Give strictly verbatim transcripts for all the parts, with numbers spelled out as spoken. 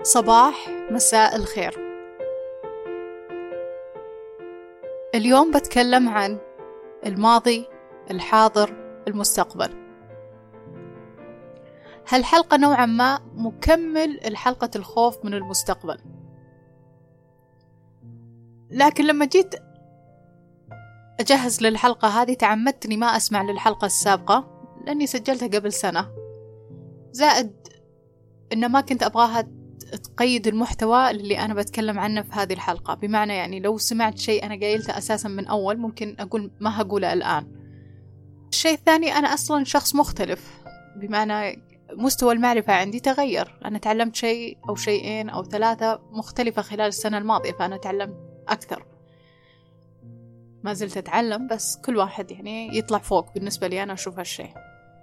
صباح مساء الخير. اليوم بتكلم عن الماضي، الحاضر، المستقبل. هالحلقة نوعا ما مكمل الحلقة الخوف من المستقبل، لكن لما جيت أجهز للحلقة هذه تعمدت إني ما أسمع للحلقة السابقة لأني سجلتها قبل سنة، زائد إن ما كنت أبغاها تقيد المحتوى اللي أنا بتكلم عنه في هذه الحلقة. بمعنى يعني لو سمعت شيء أنا قايلته أساسا من أول ممكن أقول ما هقوله الآن. الشيء الثاني، أنا أصلا شخص مختلف، بمعنى مستوى المعرفة عندي تغير. أنا تعلمت شيء أو شيئين أو ثلاثة مختلفة خلال السنة الماضية، فأنا تعلمت أكثر. ما زلت أتعلم، بس كل واحد يعني يطلع فوق. بالنسبة لي أنا أشوف هالشيء.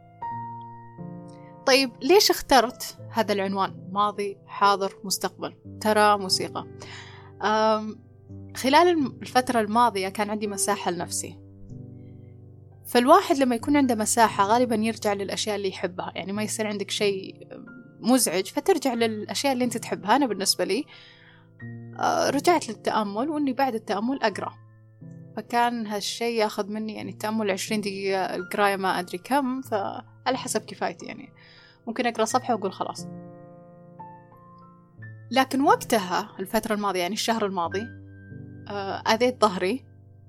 طيب ليش اخترت هذا العنوان ماضي حاضر مستقبل؟ ترى موسيقى. خلال الفترة الماضية كان عندي مساحة لنفسي، فالواحد لما يكون عنده مساحة غالبا يرجع للأشياء اللي يحبها. يعني ما يصير عندك شيء مزعج فترجع للأشياء اللي أنت تحبها. أنا بالنسبة لي رجعت للتأمل، وإني بعد التأمل أقرأ. فكان هالشيء ياخذ مني يعني التأمل عشرين دقيقة، القراية ما أدري كم، فعلى حسب كفايتي. يعني ممكن أقرأ صفحة وأقول خلاص. لكن وقتها الفترة الماضية يعني الشهر الماضي أذيت ظهري.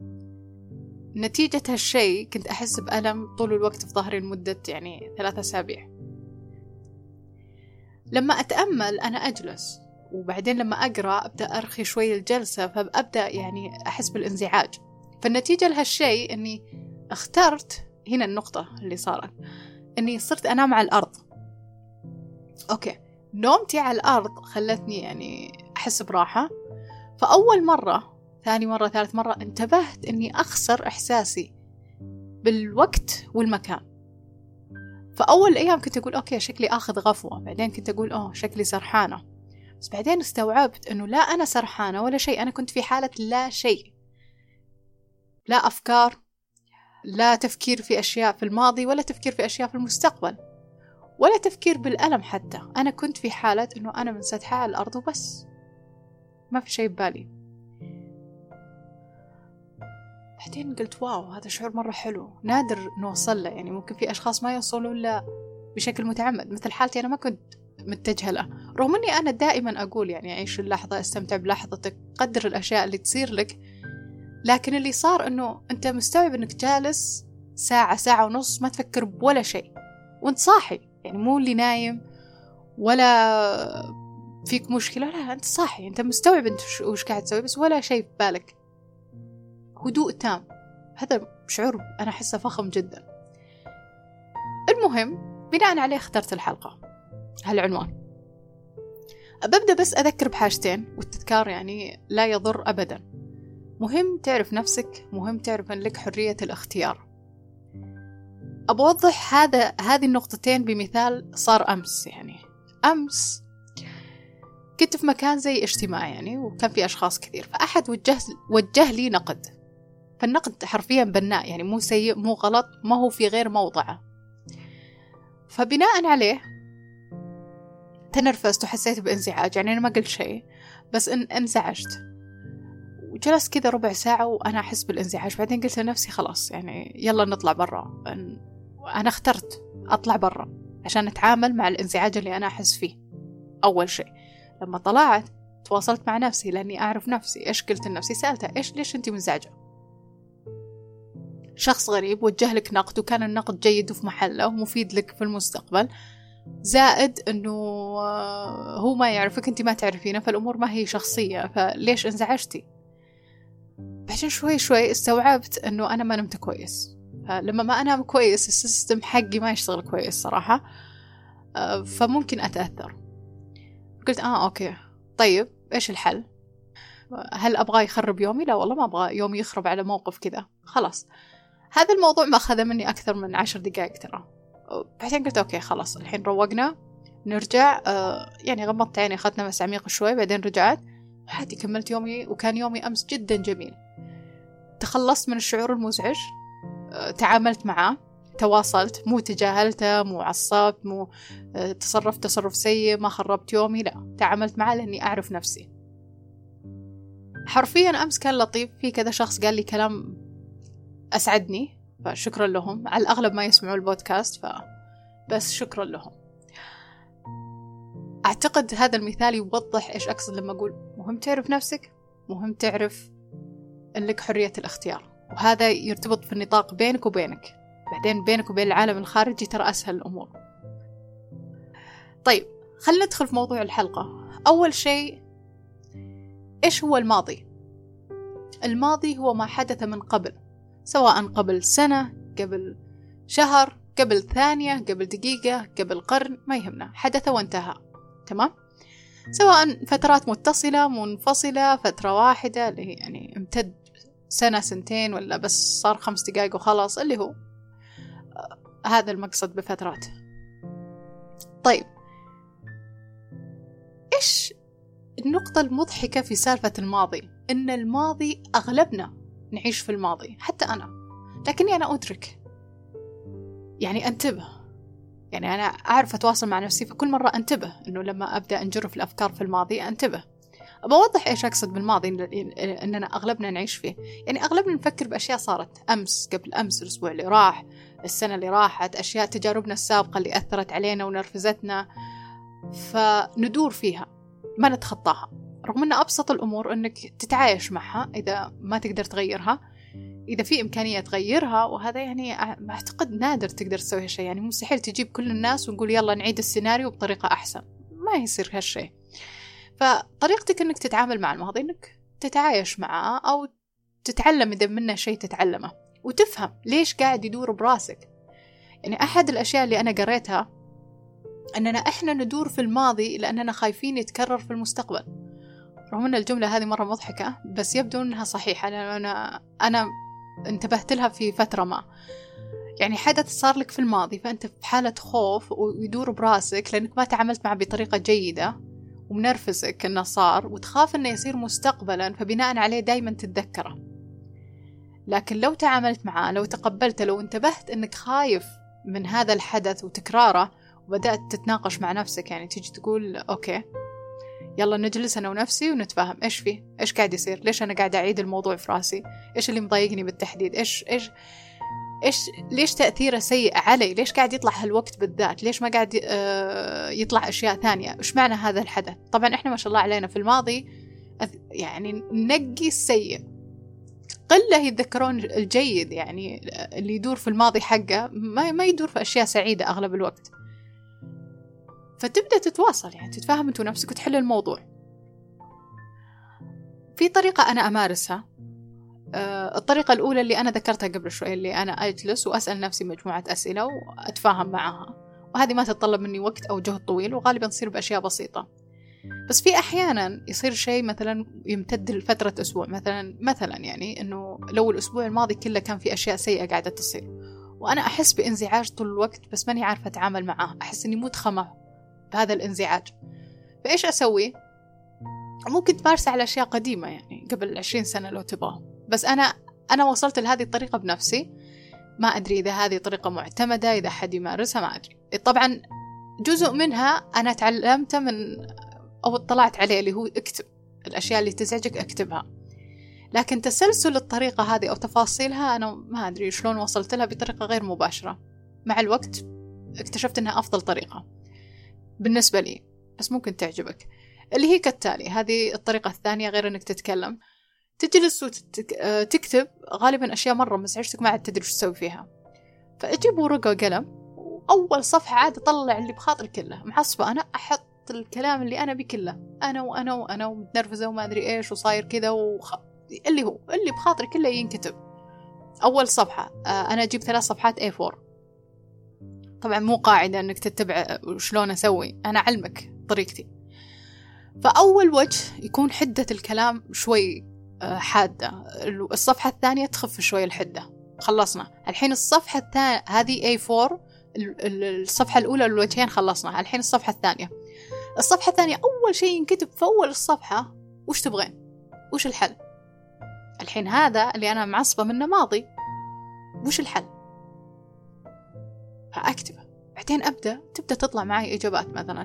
نتيجة هالشيء كنت أحس بألم طول الوقت في ظهري لمدة يعني ثلاثة أسابيع. لما أتأمل أنا أجلس، وبعدين لما أقرأ أبدأ أرخي شوي الجلسة، فأبدأ يعني أحس بالانزعاج. فالنتيجة لهالشيء أني اخترت، هنا النقطة اللي صارت، أني صرت أنام على الأرض. أوكي، نومتي على الأرض خلتني يعني أحس براحة. فأول مرة، ثاني مرة، ثالث مرة انتبهت أني أخسر إحساسي بالوقت والمكان. فأول أيام كنت أقول أوكي شكلي آخذ غفوة، بعدين كنت أقول أوه شكلي سرحانة، بس بعدين استوعبت أنه لا أنا سرحانة ولا شيء. أنا كنت في حالة لا شيء، لا أفكار، لا تفكير في أشياء في الماضي، ولا تفكير في أشياء في المستقبل، ولا تفكير بالألم حتى. أنا كنت في حالة أنه أنا منسدحة على الأرض وبس، ما في شيء ببالي. بعدين قلت واو، هذا شعور مرة حلو، نادر نوصل له. يعني ممكن في أشخاص ما يوصلون له بشكل متعمد، مثل حالتي أنا ما كنت متجهة له، رغم أني أنا دائما أقول يعني عيش اللحظة، استمتع بلحظتك، قدر الأشياء اللي تصير لك. لكن اللي صار أنه أنت مستوعب أنك جالس ساعة ساعة ونص ما تفكر بولا شيء وانت صاحي، يعني مو اللي نايم ولا فيك مشكلة، لا أنت صاحي، أنت مستوعب أنت وش قاعد تسوي، بس ولا شيء في بالك، هدوء تام. هذا شعور أنا أحسه فخم جدا. المهم بناء عليه اخترت الحلقة هالعنوان. ببدأ بس أذكر بحاجتين، والتذكار يعني لا يضر أبدا. مهم تعرف نفسك، مهم تعرف أن لك حرية الاختيار. أبوضح هذا هذه النقطتين بمثال صار أمس. يعني أمس كنت في مكان زي اجتماع يعني، وكان في أشخاص كثير، فأحد وجه, وجه لي نقد. فالنقد حرفيا بناء، يعني مو سيء مو غلط، ما هو في غير موضعه. فبناء عليه تنرفزت وحسيت بانزعاج. يعني أنا ما قلت شيء، بس إن انزعجت وجلست كذا ربع ساعة وأنا أحس بالانزعاج. بعدين قلت لنفسي خلاص يعني يلا نطلع برا. أنا اخترت أطلع برا عشان أتعامل مع الانزعاج اللي أنا أحس فيه. أول شيء لما طلعت تواصلت مع نفسي، لأني أعرف نفسي. إيش قلت لنفسي؟ سألتها إيش ليش أنت منزعجة؟ شخص غريب وجه لك نقد، وكان النقد جيد وفي محله ومفيد لك في المستقبل، زائد أنه هو ما يعرفك، أنت ما تعرفينه، فالأمور ما هي شخصية، فليش انزعجتي؟ بعدين شوي شوي استوعبت أنه أنا ما نمت كويس. فلما ما أنام كويس السيستم حقي ما يشتغل كويس صراحة، فممكن أتأثر. قلت آه أوكي طيب إيش الحل؟ هل أبغى يخرب يومي؟ لا والله ما أبغى يومي يخرب على موقف كذا. خلاص هذا الموضوع ما أخذ مني أكثر من عشر دقائق ترى. بعدين قلت أوكي خلاص الحين روقنا نرجع. آه يعني غمضت عيني، أخذت نفس عميق شوي، بعدين رجعت عادي كملت يومي. وكان يومي أمس جدا جميل. تخلصت من الشعور المزعج، آه تعاملت معاه، تواصلت، مو تجاهلته، مو عصبت، مو تصرفت تصرف سيء، ما خربت يومي، لا، تعاملت معه لأني أعرف نفسي. حرفيا أمس كان لطيف، في كذا شخص قال لي كلام أسعدني، فشكرا لهم. على الأغلب ما يسمعوا البودكاست، فبس شكرا لهم. أعتقد هذا المثال يوضح إيش أقصد لما أقول مهم تعرف نفسك، مهم تعرف أن لك حرية الاختيار، وهذا يرتبط في النطاق بينك وبينك، بعدين بينك وبين العالم الخارجي ترى أسهل الأمور. طيب خلنا ندخل في موضوع الحلقة. أول شيء، إيش هو الماضي؟ الماضي هو ما حدث من قبل، سواء قبل سنة، قبل شهر، قبل ثانية، قبل دقيقة، قبل قرن، ما يهمنا، حدث وانتهى. تمام؟ سواء فترات متصلة، منفصلة، فترة واحدة اللي هي يعني امتد سنة سنتين، ولا بس صار خمس دقائق وخلاص، اللي هو آه هذا المقصد بفترات. طيب إيش النقطة المضحكة في سالفة الماضي؟ إن الماضي أغلبنا نعيش في الماضي، حتى أنا، لكني أنا أدرك، يعني أنتبه، يعني أنا أعرف أتواصل مع نفسي، فكل مرة أنتبه إنه لما أبدأ أنجرف الأفكار في الماضي أنتبه. أبى أوضح إيش أقصد بالماضي، إننا أغلبنا نعيش فيه. يعني أغلبنا نفكر بأشياء صارت أمس، قبل أمس، الأسبوع اللي راح، السنة اللي راحت، أشياء تجاربنا السابقة اللي أثرت علينا ونرفزتنا، فندور فيها ما نتخطاها، رغم أن أبسط الأمور أنك تتعايش معها إذا ما تقدر تغيرها، إذا في إمكانية تغيرها، وهذا يعني أعتقد نادر تقدر تسوي هالشيء. يعني مستحيل تجيب كل الناس ونقول يلا نعيد السيناريو بطريقة أحسن، ما يصير هالشيء. فطريقتك أنك تتعامل مع الماضي أنك تتعايش معه، أو تتعلم إذا منه شيء تتعلمه، وتفهم ليش قاعد يدور براسك. يعني أحد الأشياء اللي أنا قريتها أننا إحنا ندور في الماضي لأننا خايفين يتكرر في المستقبل. رغم أن الجملة هذه مرة مضحكة، بس يبدو أنها صحيحة، لأن أنا أنا انتبهت لها في فترة ما. يعني حدث صار لك في الماضي، فأنت في حالة خوف ويدور براسك لأنك ما تعاملت معه بطريقة جيدة، ومنرفزك أنه صار، وتخاف أنه يصير مستقبلا، فبناء عليه دايما تتذكره. لكن لو تعاملت معه، لو تقبلته، لو انتبهت أنك خايف من هذا الحدث وتكراره، وبدأت تتناقش مع نفسك، يعني تيجي تقول أوكي يلا نجلس أنا ونفسي ونتفاهم إيش فيه، إيش قاعد يصير، ليش أنا قاعد أعيد الموضوع في راسي، إيش اللي مضايقني بالتحديد، إيش إيش إيش ليش تأثيره سيء علي، ليش قاعد يطلع هالوقت بالذات، ليش ما قاعد يطلع أشياء ثانية، إيش معنى هذا الحدث. طبعا إحنا ما شاء الله علينا في الماضي يعني ننقي السيء، قلة يتذكرون الجيد، يعني اللي يدور في الماضي حقه ما ما يدور في أشياء سعيدة أغلب الوقت. فتبدأ تتواصل، يعني تتفاهم أنت ونفسك وتحل الموضوع. في طريقة أنا أمارسها، أه الطريقة الأولى اللي أنا ذكرتها قبل شوي، اللي أنا أجلس وأسأل نفسي مجموعة أسئلة وأتفاهم معها، وهذه ما تتطلب مني وقت أو جهد طويل، وغالبا تصير بأشياء بسيطة. بس في أحيانا يصير شيء مثلا يمتد لفترة أسبوع، مثلا مثلا يعني إنه لو الأسبوع الماضي كله كان في أشياء سيئة قاعدة تصير، وأنا أحس بانزعاج طول الوقت، بس ماني عارفة أتعامل معه، أحس إني متخمة بهذا الانزعاج. فإيش أسوي؟ ممكن تمارسه على أشياء قديمة، يعني قبل عشرين سنة لو تبغى، بس أنا أنا وصلت لهذه الطريقة بنفسي. ما أدري إذا هذه طريقة معتمدة، إذا حد يمارسها ما أدري. طبعا جزء منها أنا تعلمته من أو اطلعت عليه، اللي هو اكتب الأشياء اللي تزعجك اكتبها. لكن تسلسل الطريقة هذه أو تفاصيلها أنا ما أدري شلون وصلت لها بطريقة غير مباشرة. مع الوقت اكتشفت أنها أفضل طريقة بالنسبة لي، بس ممكن تعجبك، اللي هي كالتالي. هذه الطريقة الثانية، غير أنك تتكلم، تجلس وتكتب غالبا أشياء مرة مزعجتك ما عاد تدري شو تسوي فيها. فأجيب ورقة وقلم، وأول صفحة عاد أطلع اللي بخاطر كله، معصبة أنا أحط الكلام اللي أنا بكله، أنا وأنا وأنا ومتنرفزة وما أدري إيش وصاير كذا وخ... اللي هو اللي بخاطر كله ينكتب. أول صفحة أنا أجيب ثلاث صفحات إيه فور. طبعا مو قاعدة أنك تتبع شلون أسوي، أنا علمك طريقتي. فأول وجه يكون حدة الكلام شوي حادة، الصفحة الثانية تخف شوي الحدة. خلصنا الحين الصفحة الثانية هذه إيه فور، الصفحة الأولى الوجهين خلصنا، الحين الصفحة الثانية. الصفحة الثانية أول شيء ينكتب في أول الصفحة وش تبغين، وش الحل. الحين هذا اللي أنا معصبة منه ماضي، وش الحل. فأكتبه. بعدين أبدأ تبدأ تطلع معي إجابات مثلا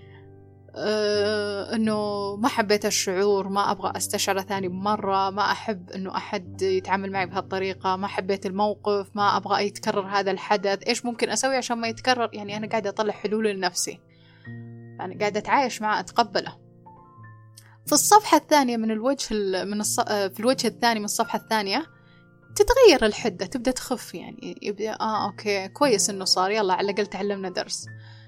أه إنه ما حبيت الشعور، ما أبغى أستشعره ثاني مرة، ما أحب إنه أحد يتعامل معي بهالطريقة، ما حبيت الموقف، ما أبغى يتكرر هذا الحدث، إيش ممكن أسوي عشان ما يتكرر. يعني أنا قاعدة أطلع حلول لنفسي، يعني قاعدة أتعايش معه، أتقبله. في الصفحة الثانية من الوجه من الص... في الوجه الثاني من الصفحة الثانية تتغير الحدة، تبدأ تخف. يعني يبدأ آه أوكي كويس إنه صار، يلا على الأقل تعلمنا درس.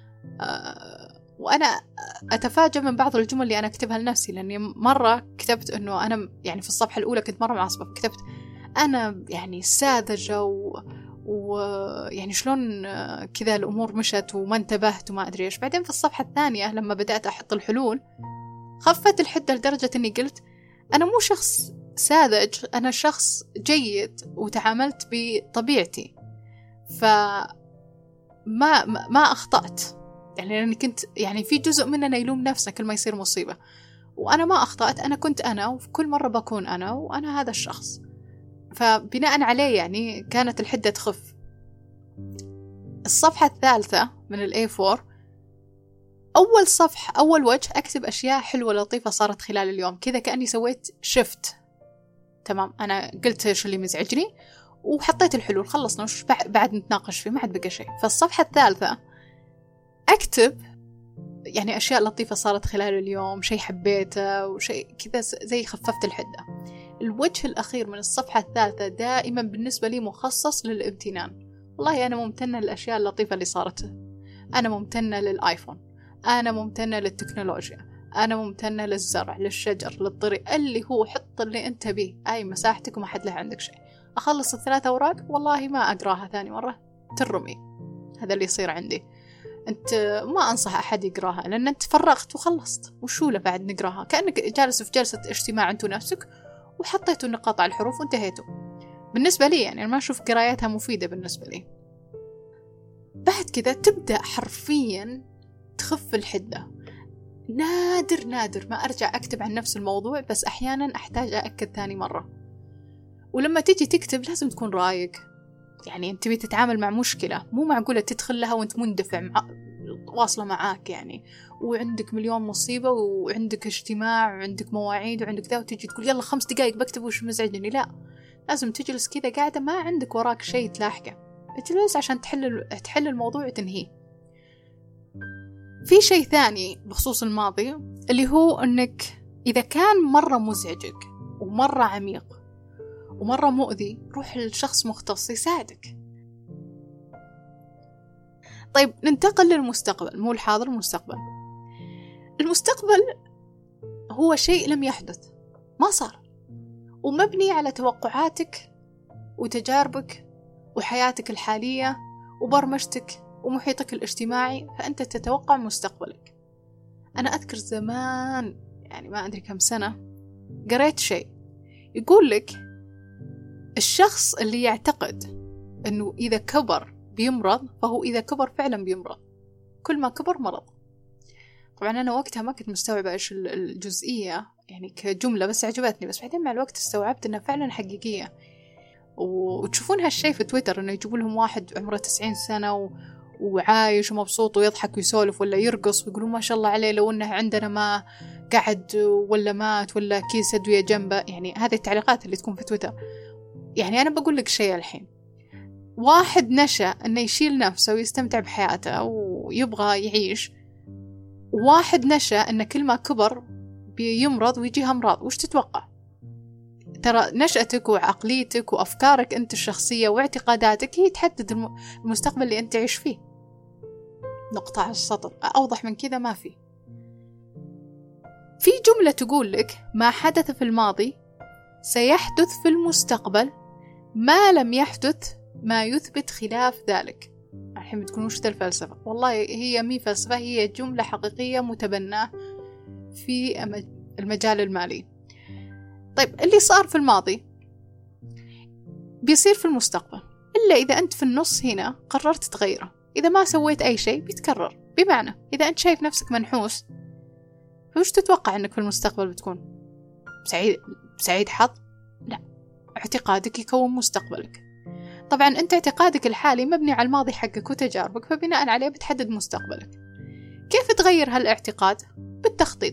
آه وأنا أتفاجأ من بعض الجمل اللي أنا أكتبها لنفسي، لأني مرة كتبت إنه أنا يعني في الصفحة الأولى كنت مرة معصبة، كتبت أنا يعني ساذجة و... ويعني شلون كذا الأمور مشت وما انتبهت وما أدري إيش. بعدين في الصفحة الثانية لما بدأت أحط الحلول خفت الحدة لدرجة أني قلت أنا مو شخص ساذج، أنا شخص جيد وتعاملت بطبيعتي، فما ما أخطأت. يعني لأني كنت يعني في جزء مننا يلوم نفسه كل ما يصير مصيبة، وأنا ما أخطأت، أنا كنت أنا، وفي كل مرة بكون أنا، وأنا هذا الشخص. فبناء عليه يعني كانت الحدة تخف. الصفحة الثالثة من ال إيه فور أول صفحة أول وجه أكتب أشياء حلوة لطيفة صارت خلال اليوم، كذا كأني سويت شفت. تمام، أنا قلت إيش اللي مزعجني وحطيت الحلول، خلصنا وش بعد نتناقش فيه، ما عاد بقى شيء. فالصفحة الثالثة أكتب يعني أشياء لطيفة صارت خلال اليوم، شيء حبيته وشيء كذا زي خففت الحدة. الوجه الأخير من الصفحة الثالثة دائما بالنسبة لي مخصص للامتنان. والله أنا ممتنة للأشياء اللطيفة اللي صارت، أنا ممتنة للآيفون، أنا ممتنة للتكنولوجيا، أنا ممتنة للزرع، للشجر، للطريق، اللي هو حط اللي أنت بيه، أي مساحتك وما حد له عندك شيء. أخلص الثلاثة أوراق والله ما أقراها ثاني مرة، ترمي. هذا اللي يصير عندي. أنت ما أنصح أحد يقراها لأن أنت فرغت وخلصت، وشو له بعد نقراها؟ كأنك جالس في جلسة اجتماع أنت ونفسك وحطيتوا النقاط على الحروف وانتهيتوا. بالنسبة لي يعني ما أشوف قرايتها مفيدة بالنسبة لي. بعد كذا تبدأ حرفيا تخف الحدة. نادر نادر ما أرجع أكتب عن نفس الموضوع، بس أحيانا أحتاج أأكد ثاني مرة. ولما تيجي تكتب لازم تكون رايق، يعني أنت تبي تتعامل مع مشكلة، مو معقولة تدخل لها وأنت مندفع مع... واصلة معاك يعني، وعندك مليون مصيبة وعندك اجتماع وعندك مواعيد وعندك ذا، وتيجي تقول يلا خمس دقايق بكتب وش مزعجني. لا، لازم تجلس كذا قاعدة ما عندك وراك شيء تلاحقه، تجلس عشان تحل تحل الموضوع وتنهيه. في شيء ثاني بخصوص الماضي اللي هو أنك إذا كان مرة مزعجك ومرة عميق ومرة مؤذي، روح لشخص مختص يساعدك. طيب ننتقل للمستقبل، مو الحاضر، المستقبل. المستقبل هو شيء لم يحدث، ما صار، ومبني على توقعاتك وتجاربك وحياتك الحالية وبرمجتك ومحيطك الاجتماعي، فأنت تتوقع مستقبلك. أنا أذكر زمان يعني ما أدري كم سنة قريت شيء يقول لك الشخص اللي يعتقد أنه إذا كبر بيمرض فهو إذا كبر فعلا بيمرض، كل ما كبر مرض. طبعا أنا وقتها ما كنت مستوعبة إيش الجزئية يعني كجملة، بس عجبتني. بس بعدين مع الوقت استوعبت أنها فعلا حقيقية. وتشوفون هالشيء في تويتر أنه يجيبوا لهم واحد عمره تسعين سنة و... وعايش ومبسوط ويضحك ويسولف ولا يرقص ويقولون ما شاء الله عليه، لو أنه عندنا ما قعد ولا مات ولا كيس أدوية جنبه. يعني هذه التعليقات اللي تكون في تويتر. يعني أنا بقول لك شيء الحين، واحد نشأ أنه يشيل نفسه ويستمتع بحياته ويبغى يعيش، واحد نشأ أنه كل ما كبر بيمرض ويجيها أمراض. وش تتوقع؟ ترى نشأتك وعقليتك وأفكارك أنت الشخصية واعتقاداتك هي تحدد المستقبل اللي أنت تعيش فيه. نقطة على السطر، أوضح من كذا ما في. في جملة تقول لك ما حدث في الماضي سيحدث في المستقبل ما لم يحدث ما يثبت خلاف ذلك. الحين بتكون وش ذا الفلسفة؟ والله هي مي فلسفة، هي جملة حقيقية متبناة في المجال المالي. طيب اللي صار في الماضي بيصير في المستقبل، إلا إذا أنت في النص هنا قررت تغيره. إذا ما سويت أي شيء بيتكرر. بمعنى إذا أنت شايف نفسك منحوس، فوش تتوقع أنك في المستقبل بتكون؟ سعيد سعيد حظ؟ لا، اعتقادك يكون مستقبلك. طبعا أنت اعتقادك الحالي مبني على الماضي حقك وتجاربك، فبناء عليه بتحدد مستقبلك. كيف تغير هالاعتقاد؟ بالتخطيط.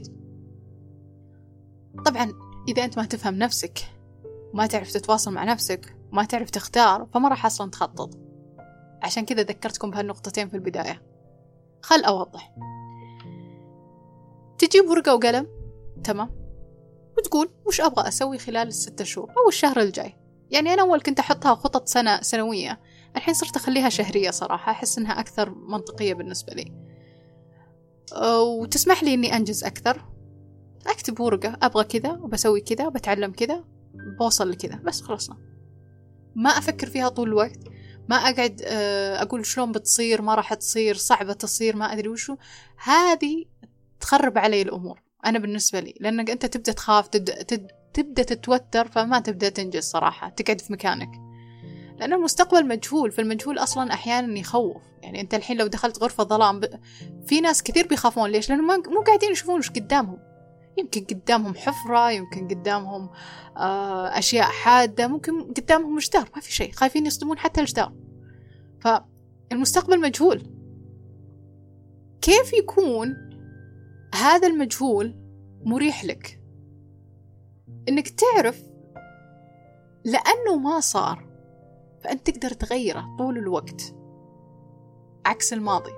طبعا إذا أنت ما تفهم نفسك وما تعرف تتواصل مع نفسك وما تعرف تختار، فما راح أصلا تخطط. عشان كذا ذكرتكم بهالنقطتين في البداية. خل أوضح. تجيب ورقة وقلم، تمام، وتقول وش أبغى أسوي خلال الستة شهور أو الشهر الجاي. يعني أنا أول كنت أحطها خطط سنة سنوية، الحين صرت أخليها شهرية صراحة، أحس إنها أكثر منطقية بالنسبة لي وتسمح لي إني أنجز أكثر. أكتب ورقة أبغى كذا وبسوي كذا وبتعلم كذا بوصل لكذا، بس خلصنا. ما أفكر فيها طول الوقت، ما أقعد أقول شلون بتصير، ما راح تصير، صعبة تصير، ما أدري وشو. هذه تخرب علي الأمور أنا بالنسبة لي، لأنك أنت تبدأ تخاف، تبدأ, تبدأ تتوتر، فما تبدأ تنجز صراحة، تقعد في مكانك. لأن المستقبل مجهول، فالمجهول أصلا أحيانا يخوف. يعني أنت الحين لو دخلت غرفة ظلام ب... في ناس كثير بيخافون. ليش؟ لأنهم مو قاعدين يشوفون وش قدامهم. يمكن قدامهم حفرة، يمكن قدامهم أشياء حادة، ممكن قدامهم جدار، ما في شيء، خايفين يصدمون حتى الجدار. فالمستقبل مجهول. كيف يكون هذا المجهول مريح لك؟ إنك تعرف لأنه ما صار فأنت تقدر تغيره طول الوقت، عكس الماضي.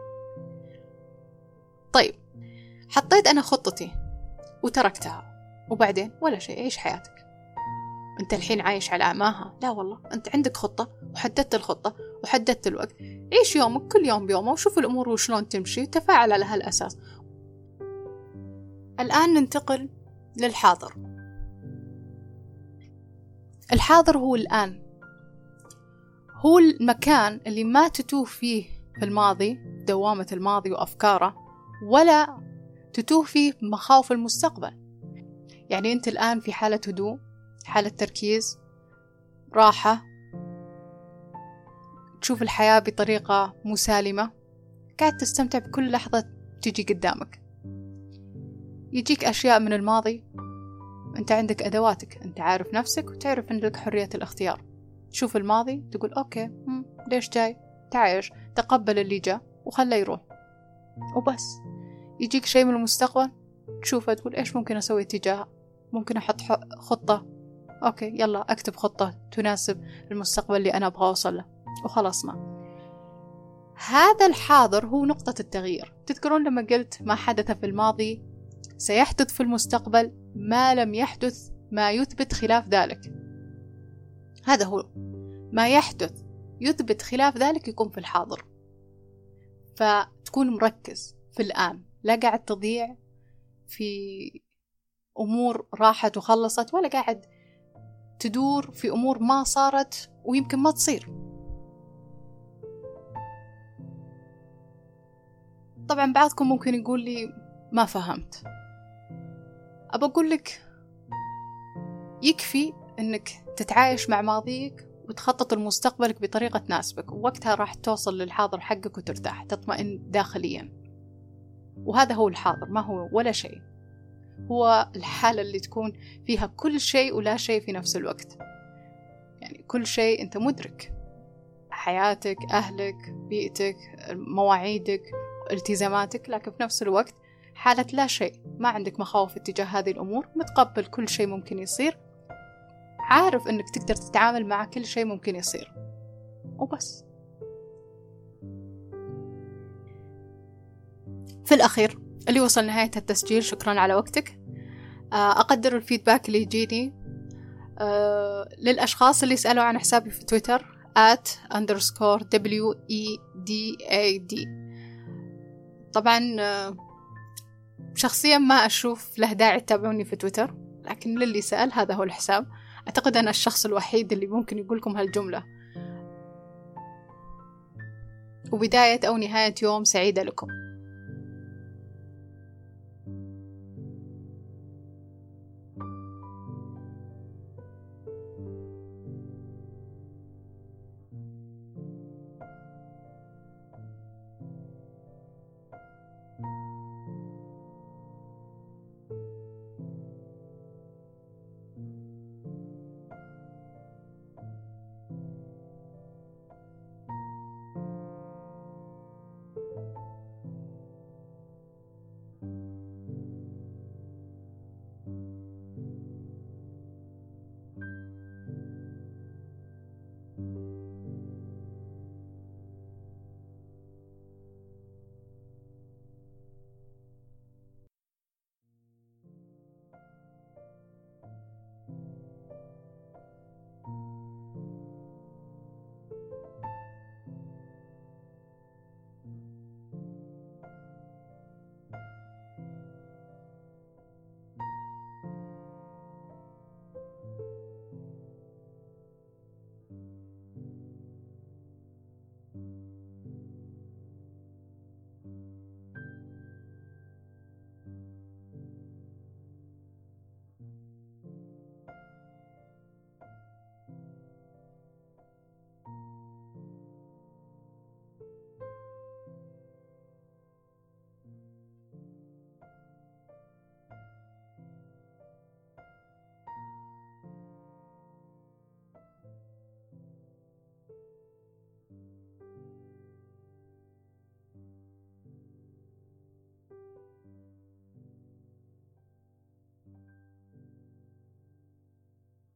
طيب، حطيت أنا خطتي وتركتها وبعدين ولا شيء، عيش حياتك. أنت الحين عايش على أعماها؟ لا والله، أنت عندك خطة وحددت الخطة وحددت الوقت. عيش يومك كل يوم بيومه وشوف الأمور وشلون تمشي وتفاعل على هالأساس. الآن ننتقل للحاضر. الحاضر هو الآن، هو المكان اللي ما تتوه فيه في الماضي، دوامة الماضي وأفكاره، ولا تتوه فيه مخاوف المستقبل. يعني أنت الآن في حالة هدوء، حالة تركيز، راحة، تشوف الحياة بطريقة مسالمة، قاعد تستمتع بكل لحظة تجي قدامك. يجيك أشياء من الماضي، أنت عندك أدواتك، أنت عارف نفسك وتعرف أن لك حرية الاختيار. تشوف الماضي تقول أوكي، هم ليش جاي؟ تعايش، تقبل اللي جاء وخله يروح وبس. يجيك شيء من المستقبل تشوفه تقول إيش ممكن أسوي تجاهه، ممكن أحط خطة، أوكي يلا أكتب خطة تناسب المستقبل اللي أنا أبغى أوصل له وخلصنا. هذا الحاضر هو نقطة التغيير. تذكرون لما قلت ما حدث في الماضي سيحدث في المستقبل ما لم يحدث ما يثبت خلاف ذلك. هذا هو ما يحدث يثبت خلاف ذلك يكون في الحاضر. فتكون مركز في الآن، لا قاعد تضيع في أمور راحت وخلصت، ولا قاعد تدور في أمور ما صارت ويمكن ما تصير. طبعا بعضكم ممكن يقول لي ما فهمت. أبى أقول لك يكفي أنك تتعايش مع ماضيك وتخطط لمستقبلك بطريقة تناسبك، ووقتها راح توصل للحاضر حقك وترتاح، تطمئن داخليا. وهذا هو الحاضر، ما هو ولا شيء. هو الحالة اللي تكون فيها كل شيء ولا شيء في نفس الوقت. يعني كل شيء أنت مدرك، حياتك، أهلك، بيئتك، مواعيدك، التزاماتك، لكن في نفس الوقت حالة لا شيء، ما عندك مخاوف اتجاه هذه الأمور، متقبل كل شيء ممكن يصير، عارف أنك تقدر تتعامل مع كل شيء ممكن يصير وبس. في الأخير اللي وصل نهاية التسجيل، شكرا على وقتك. أقدر الفيدباك اللي يجيني. أه للأشخاص اللي سألوا عن حسابي في تويتر at underscore w e d a d. طبعا شخصيا ما أشوف له داعي تتابعوني في تويتر، لكن للي سأل هذا هو الحساب. أعتقد أنا الشخص الوحيد اللي ممكن يقولكم هالجملة. وبداية أو نهاية يوم سعيدة لكم.